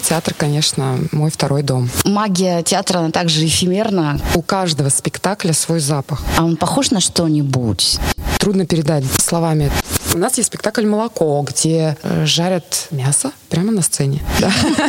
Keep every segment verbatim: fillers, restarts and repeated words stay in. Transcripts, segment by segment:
Театр, конечно, мой второй дом. Магия театра, она также эфемерна. У каждого спектакля свой запах. А он похож на что-нибудь? Трудно передать словами. У нас есть спектакль «Молоко», где жарят мясо прямо на сцене. Да.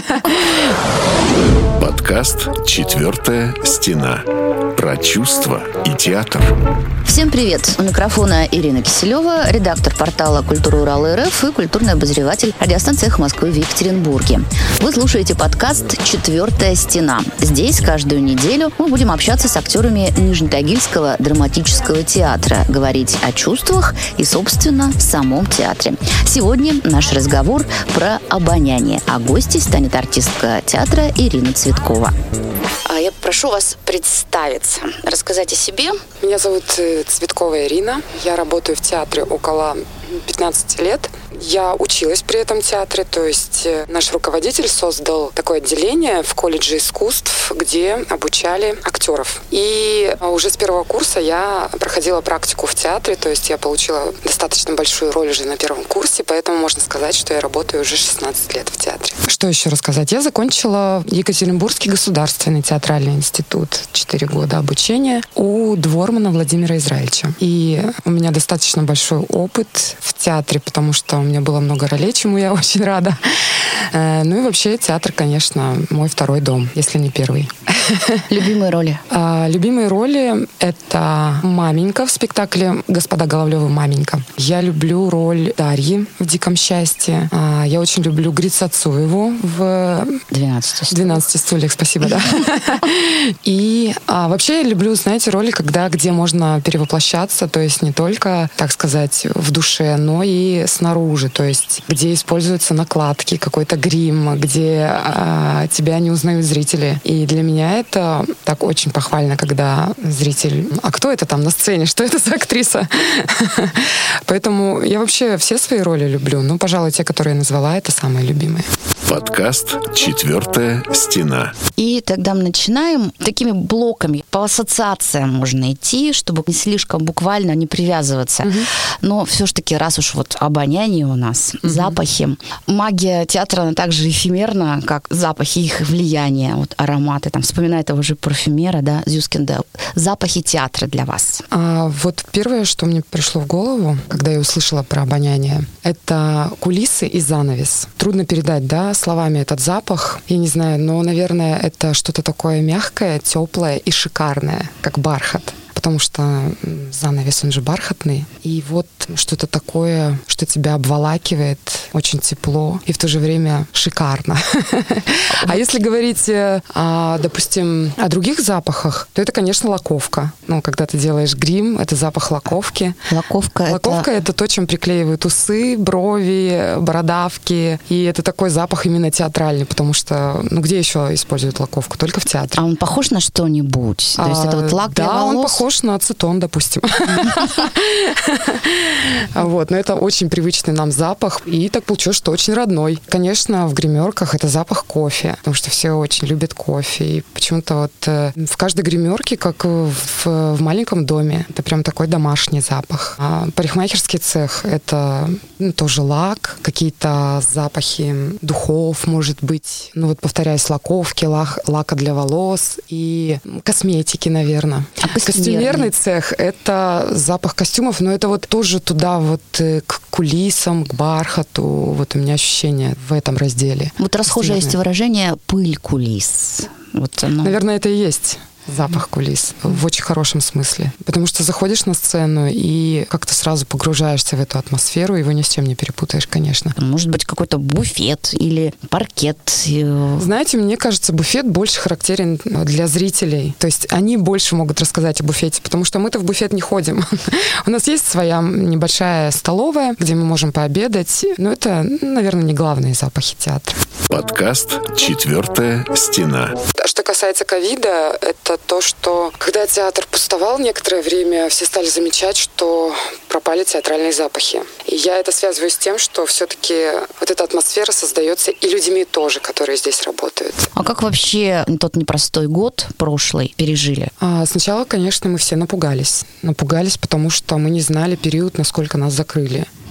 Подкаст «Четвертая стена». Про чувства и театр. Всем привет! У микрофона Ирина Киселева, редактор портала «Культура Урала РФ» и культурный обозреватель радиостанции «Эхо Москвы» в Екатеринбурге. Вы слушаете подкаст «Четвертая стена». Здесь каждую неделю мы будем общаться с актерами Нижнетагильского драматического театра, говорить о чувствах и, собственно, в самом театре. Сегодня наш разговор про обоняние, а гостьей станет артистка театра Ирина Цветкова. Я прошу вас представиться, рассказать о себе. Меня зовут Цветкова Ирина. Я работаю в театре около пятнадцати лет. Я училась при этом театре, то есть наш руководитель создал такое отделение в колледже искусств, где обучали актеров. И уже с первого курса я проходила практику в театре, то есть я получила достаточно большую роль уже на первом курсе, поэтому можно сказать, что я работаю уже шестнадцать лет в театре. Что еще рассказать? Я закончила Екатеринбургский государственный театральный институт, четыре года обучения у Двормана Владимира Израильевича. И у меня достаточно большой опыт в театре, потому что у меня было много ролей, чему я очень рада. Ну и вообще театр, конечно, мой второй дом, если не первый. Любимые роли? А, любимые роли — это маменька в спектакле «Господа Головлёвы. Маменька». Я люблю роль Дарьи в «Диком счастье». А, я очень люблю Грицацуеву в «двенадцати стульях». Спасибо, да. И а, вообще я люблю, знаете, роли, когда, где можно перевоплощаться, то есть не только, так сказать, в душе, но и снаружи, то есть где используются накладки, какой-то грим, где а, тебя не узнают зрители. И для меня это так очень похвально, когда зритель: а кто это там на сцене? Что это за актриса? Поэтому я вообще все свои роли люблю. Ну, пожалуй, те, которые я назвала, это самые любимые. Подкаст «Четвертая стена». И тогда мы начинаем такими блоками. По ассоциациям можно идти, чтобы не слишком буквально не привязываться. Угу. Но все-таки, раз уж вот обоняние у нас, угу. запахи. Магия театра, она также эфемерна, как запахи, их влияние, вот ароматы. Там, вспоминая того же парфюмера, да, Зюскинда. Запахи театра для вас. А, вот первое, что мне пришло в голову, когда я услышала про обоняние, это кулисы и занавес. Трудно передать, да, словами этот запах. Я не знаю, но, наверное, это что-то такое мягкое, теплое и шикарное, как бархат. Потому что занавес, он же бархатный. И вот что-то такое, что тебя обволакивает, очень тепло и в то же время шикарно. А если говорить, допустим, о других запахах, то это, конечно, лаковка. Ну, когда ты делаешь грим, это запах лаковки. Лаковка, лаковка это... это то, чем приклеивают усы, брови, бородавки. И это такой запах именно театральный, потому что, ну, где еще используют лаковку? Только в театре. А он похож на что-нибудь? То есть это вот лак для волос? Да, он похож на ацетон, допустим. Вот, но это очень привычный нам запах, и так получилось, что очень родной. Конечно, в гримерках это запах кофе, потому что все очень любят кофе, и почему-то вот в каждой гримерке, как в, в маленьком доме, это прям такой домашний запах. А парикмахерский цех — это, ну, тоже лак, какие-то запахи духов, может быть, ну вот повторяюсь, лаковки, лак, лака для волос и косметики, наверное. А костюмерный цех — это запах костюмов, но это вот тоже туда вот к кулисам, к бархату. Вот у меня ощущение в этом разделе. Вот расхожее есть выражение «пыль кулис». Вот оно. Наверное, это и есть запах кулис в очень хорошем смысле. Потому что заходишь на сцену и как-то сразу погружаешься в эту атмосферу, его ни с чем не перепутаешь, конечно. Может быть, какой-то буфет или паркет. Знаете, мне кажется, буфет больше характерен для зрителей. То есть они больше могут рассказать о буфете, потому что мы-то в буфет не ходим. У нас есть своя небольшая столовая, где мы можем пообедать, но это, наверное, не главные запахи театра. Подкаст «Четвертая стена». Что касается ковида, это то, что когда театр пустовал некоторое время, все стали замечать, что пропали театральные запахи. И я это связываю с тем, что все-таки вот эта атмосфера создается и людьми тоже, которые здесь работают. А как вообще тот непростой год прошлый пережили? А, сначала, конечно, мы все напугались. Напугались, потому что мы не знали период, насколько нас закрыли.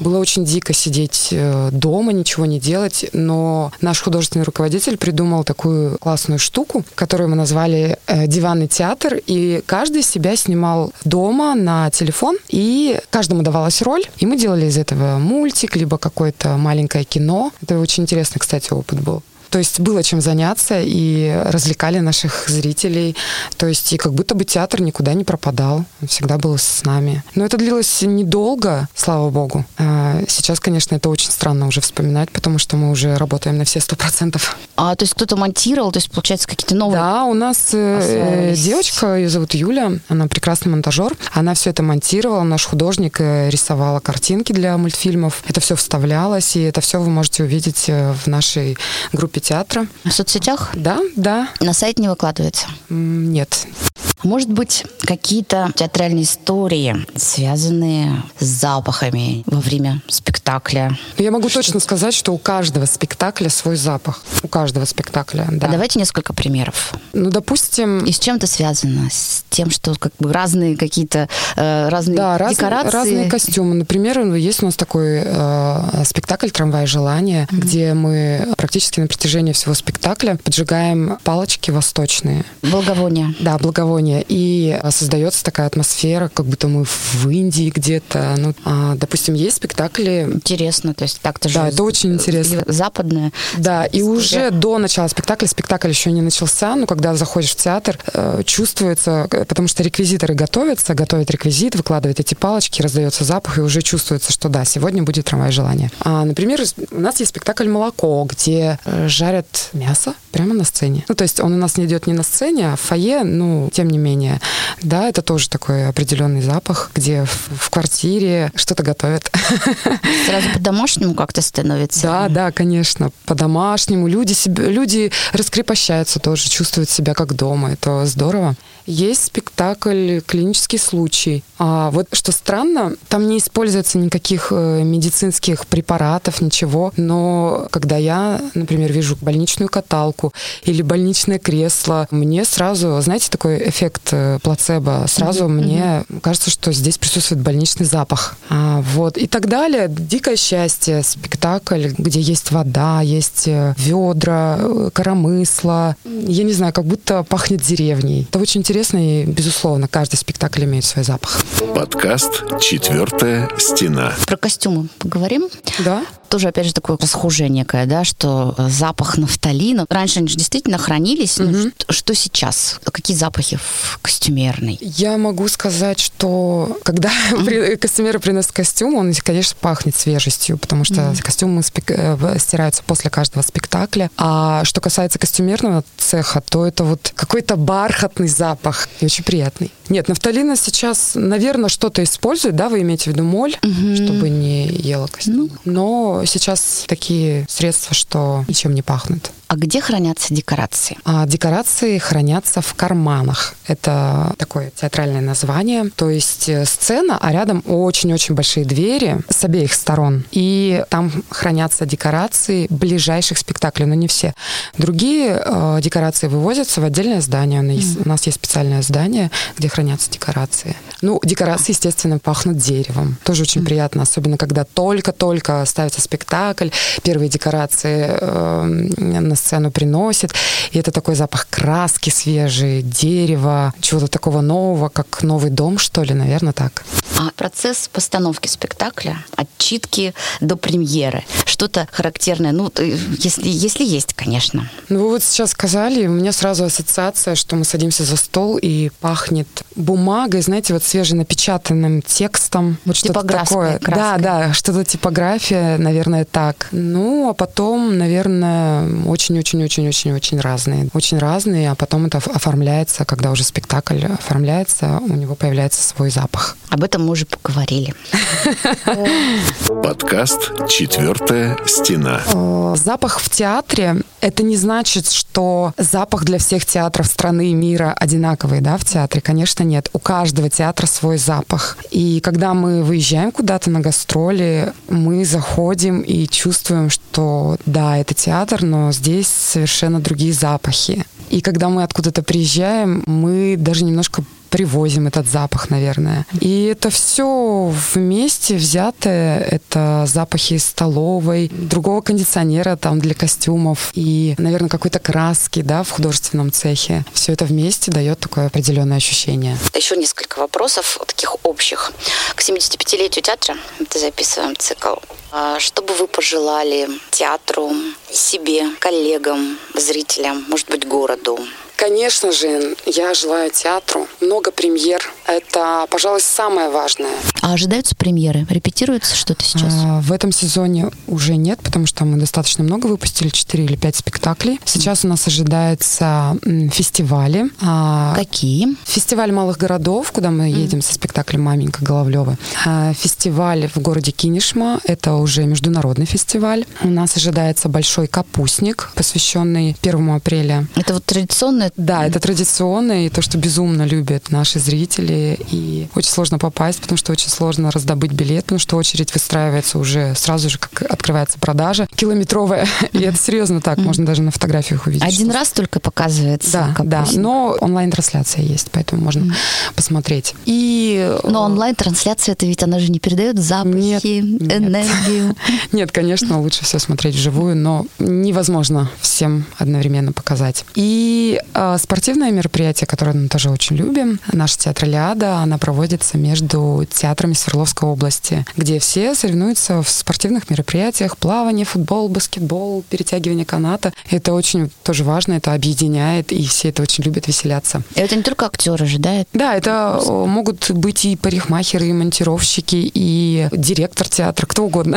Было очень дико сидеть дома, ничего не делать, но наш художественный руководитель придумал такую классную штуку, которую мы назвали «Диванный театр», и каждый себя снимал дома на телефон, и каждому давалась роль, и мы делали из этого мультик, либо какое-то маленькое кино. Это очень интересный, кстати, опыт был. То есть было чем заняться, и развлекали наших зрителей. То есть и как будто бы театр никуда не пропадал. Он всегда был с нами. Но это длилось недолго, слава богу. А сейчас, конечно, это очень странно уже вспоминать, потому что мы уже работаем на все сто процентов. А то есть кто-то монтировал, то есть, получается, какие-то новые... Да, у нас э, девочка, ее зовут Юля, она прекрасный монтажер. Она все это монтировала, наш художник рисовала картинки для мультфильмов. Это все вставлялось, и это все вы можете увидеть в нашей группе театра. В соцсетях? Да, да. На сайт не выкладывается? Нет. Может быть, какие-то театральные истории, связанные с запахами во время спектакля? Я могу точно сказать, что у каждого спектакля свой запах. У каждого спектакля, да. А давайте несколько примеров. Ну, допустим... И с чем это связано? С тем, что как бы разные какие-то э, разные да, декорации? Да, разные костюмы. Например, есть у нас такой э, спектакль «Трамвай желания», mm-hmm. где мы практически на протяжении всего спектакля поджигаем палочки восточные. Благовония. Да, благовония. И создается такая атмосфера, как будто мы в Индии где-то. Ну, а, допустим, есть спектакли... Интересно, то есть так-то же... Да, это очень интересно. Западное. Да, и уже до начала спектакля, спектакль еще не начался, но когда заходишь в театр, э, чувствуется, потому что реквизиторы готовятся, готовят реквизит, выкладывают эти палочки, раздается запах, и уже чувствуется, что да, сегодня будет «Трамвай желания». А, например, у нас есть спектакль «Молоко», где жарят мясо прямо на сцене. Ну, то есть он у нас не идет не на сцене, а в фойе, ну, тем не менее. Да, это тоже такой определенный запах, где в, в квартире что-то готовят. Сразу по-домашнему как-то становится. Да, да, конечно, по-домашнему. Люди, себе, люди раскрепощаются тоже, чувствуют себя как дома. Это здорово. Есть спектакль «Клинический случай». А вот что странно, там не используется никаких медицинских препаратов, ничего. Но когда я, например, вижу больничную каталку или больничное кресло, мне сразу, знаете, такой эффект плацебо, сразу mm-hmm. мне кажется, что здесь присутствует больничный запах. А, вот. И так далее. Дикое счастье. Спектакль, где есть вода, есть ведра, коромысла. Я не знаю, как будто пахнет деревней. Это очень интересно, и, безусловно, каждый спектакль имеет свой запах. Подкаст «Четвертая стена». Про костюмы поговорим? Да. Тоже, опять же, такое расхожее некое, да, что запах нафталина. Раньше они же действительно хранились. Mm-hmm. Ну, что, что сейчас? Какие запахи в костюмерной? Я могу сказать, что когда mm-hmm. костюмеры приносят костюм, он, конечно, пахнет свежестью, потому что mm-hmm. костюмы спек... стираются после каждого спектакля. А что касается костюмерного цеха, то это вот какой-то бархатный запах и очень приятный. Нет, нафталина сейчас, наверное, что-то использует, да, вы имеете в виду моль, mm-hmm. чтобы не ела костюм. Mm-hmm. Но сейчас такие средства, что ничем не пахнут. А где хранятся декорации? А декорации хранятся в карманах. Это такое театральное название. То есть сцена, а рядом очень-очень большие двери с обеих сторон. И там хранятся декорации ближайших спектаклей, но не все. Другие э, декорации вывозятся в отдельное здание. У нас, mm. у нас есть специальное здание, где хранятся декорации. Ну, декорации, естественно, пахнут деревом. Тоже очень mm. приятно, особенно когда только-только ставится спектакль, первые декорации э, на сцену приносит, и это такой запах краски свежей, дерева, чего-то такого нового, как новый дом, что ли, наверное, так. А процесс постановки спектакля, от читки до премьеры, что-то характерное, ну, если, если есть, конечно. Ну, вы вот сейчас сказали, у меня сразу ассоциация, что мы садимся за стол, и пахнет бумагой, знаете, вот свеженапечатанным текстом, вот что-то такое. Краской. Да, да, что-то типография, наверное, так. Ну, а потом, наверное, очень-очень-очень-очень-очень разные. Очень разные, а потом это оформляется, когда уже спектакль оформляется, у него появляется свой запах. Об этом мы уже поговорили. Подкаст «Четвертая стена». Запах в театре — это не значит, что запах для всех театров страны и мира одинаковый, да, в театре. Конечно, нет. У каждого театра свой запах. И когда мы выезжаем куда-то на гастроли, мы заходим и чувствуем, что да, это театр, но здесь совершенно другие запахи. И когда мы откуда-то приезжаем, мы даже немножко привозим этот запах, наверное. И это все вместе взятое. Это запахи столовой, другого кондиционера там для костюмов и, наверное, какой-то краски, да, в художественном цехе. Все это вместе дает такое определенное ощущение. Еще несколько вопросов таких общих. К семидесятипятилетию театра, это записываем цикл. Что бы вы пожелали театру, себе, коллегам, зрителям, может быть, городу? Конечно же, я желаю театру много премьер. Это, пожалуй, самое важное. А ожидаются премьеры? Репетируется что-то сейчас? А, в этом сезоне уже нет, потому что мы достаточно много выпустили, четыре или пять спектаклей. Сейчас у нас ожидаются фестивали. Какие? Фестиваль малых городов, куда мы едем mm. со спектаклем «Маменька Головлёва». Фестиваль в городе Кинешма. Это уже международный фестиваль. У нас ожидается большой капустник, посвященный первому апреля. Это вот традиционное? Да, это традиционное, и то, что безумно любят наши зрители. И очень сложно попасть, потому что очень сложно раздобыть билет, потому что очередь выстраивается уже сразу же, как открывается продажа километровая. И это серьезно так, можно даже на фотографиях увидеть. Один раз только показывается Да, капустник. Да, но онлайн-трансляция есть, поэтому можно mm. посмотреть. И... Но онлайн-трансляция, это ведь она же не передает запахи, нет, энергию. Нет. Нет, конечно, лучше все смотреть вживую, но невозможно всем одновременно показать. И э, спортивное мероприятие, которое мы тоже очень любим, наша театралиада, она проводится между театрами Свердловской области, где все соревнуются в спортивных мероприятиях: плавание, футбол, баскетбол, перетягивание каната. Это очень тоже важно, это объединяет, и все это очень любят, веселяться. И это не только актеры же, да? Да, это могут быть и парикмахеры, и монтировщики, и директор театра, кто угодно.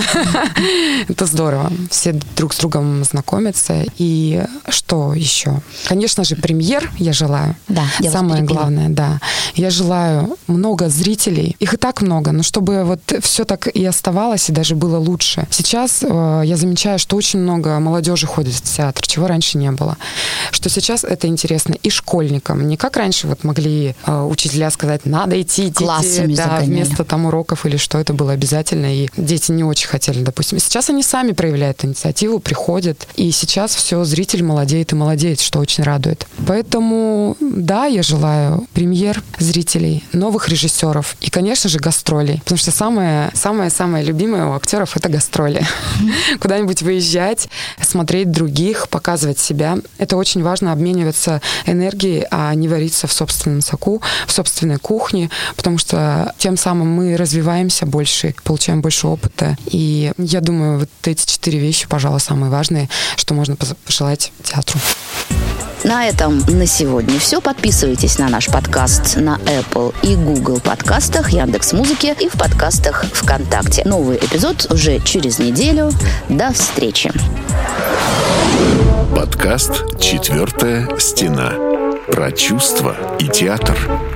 Это здорово. Все друг с другом знакомятся. И что еще? Конечно же, премьер я желаю. Да, я Самое главное, да. Я желаю много зрителей. Их и так много, но чтобы вот все так и оставалось, и даже было лучше. Сейчас э, я замечаю, что очень много молодежи ходит в театр, чего раньше не было. Что сейчас это интересно и школьникам. Не как раньше вот могли э, учителя сказать: надо идти, классами да, вместо там уроков или что, это было обязательно, и дети не очень хотели, допустим. Сейчас они сами проявляют инициативу, приходят, и сейчас все, зритель молодеет и молодеет, что очень радует. Поэтому, да, я желаю премьер, зрителей, новых режиссеров и, конечно же, гастролей, потому что самое, самое, самое любимое у актеров — это гастроли. Куда-нибудь выезжать, смотреть других, показывать себя. Это очень важно — обмениваться энергией, а не вариться в собственном соку, в собственной кухне, потому что тем самым мы развиваемся больше, получаем больше опыта. И я думаю, вот эти четыре вещи, пожалуй, самые важные, что можно пожелать театру. На этом на сегодня все. Подписывайтесь на наш подкаст на Apple и Google подкастах, Яндекс.Музыке и в подкастах ВКонтакте. Новый эпизод уже через неделю. До встречи. Подкаст «Четвертая стена». Про чувства и театр.